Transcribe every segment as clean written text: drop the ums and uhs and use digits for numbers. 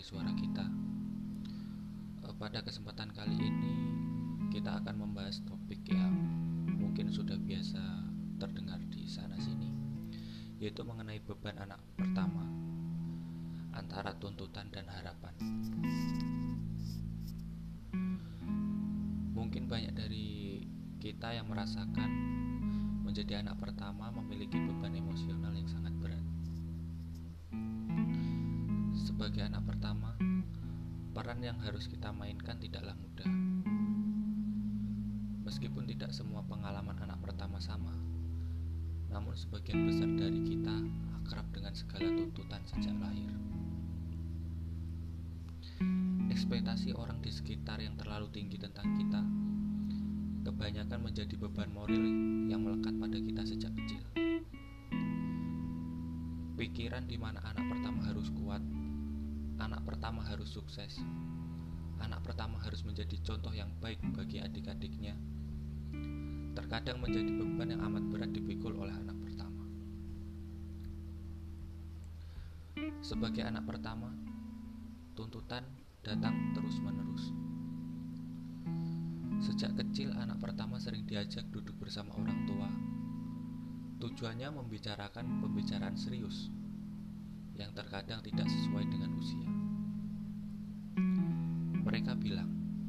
suara kita. Pada kesempatan kali ini kita akan membahas topik yang mungkin sudah biasa terdengar di sana-sini, yaitu mengenai beban anak pertama, antara tuntutan dan harapan. Mungkin banyak dari kita yang merasakan menjadi anak pertama memiliki beban emosional yang sangat berat. Sebagai anak pertama, peran yang harus kita mainkan tidaklah mudah. Meskipun tidak semua pengalaman anak pertama sama, namun sebagian besar dari kita akrab dengan segala tuntutan sejak lahir. Ekspektasi orang di sekitar yang terlalu tinggi tentang kita kebanyakan menjadi beban moral yang melekat pada kita sejak kecil. Pikiran di mana anak pertama harus kuat, anak pertama harus sukses, anak pertama harus menjadi contoh yang baik bagi adik-adiknya, terkadang menjadi beban yang amat berat dipikul oleh anak pertama. Sebagai anak pertama, tuntutan datang terus-menerus. Sejak kecil, anak pertama sering diajak duduk bersama orang tua. Tujuannya membicarakan pembicaraan serius yang terkadang tidak sesuai dengan usia. Mereka bilang,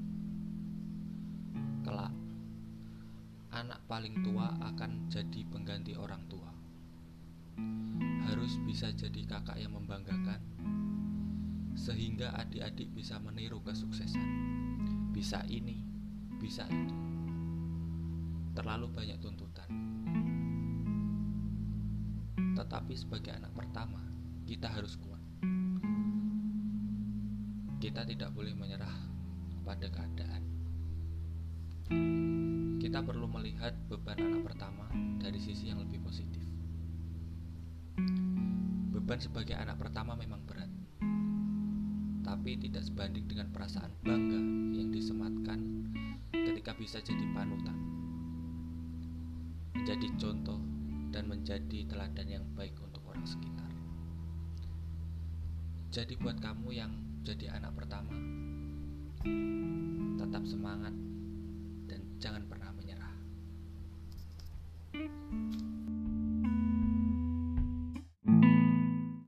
kelak anak paling tua akan jadi pengganti orang tua. Harus bisa jadi kakak yang membanggakan, sehingga adik-adik bisa meniru kesuksesan. Bisa ini, bisa itu. Terlalu banyak tuntutan. Tetapi sebagai anak pertama, kita harus kuat. Kita tidak boleh menyerah pada keadaan. Kita perlu melihat beban anak pertama dari sisi yang lebih positif. Beban sebagai anak pertama memang berat, tapi tidak sebanding dengan perasaan bangga yang disematkan ketika bisa jadi panutan, menjadi contoh, dan menjadi teladan yang baik untuk orang sekitar. Jadi buat kamu yang jadi anak pertama, tetap semangat dan jangan pernah menyerah.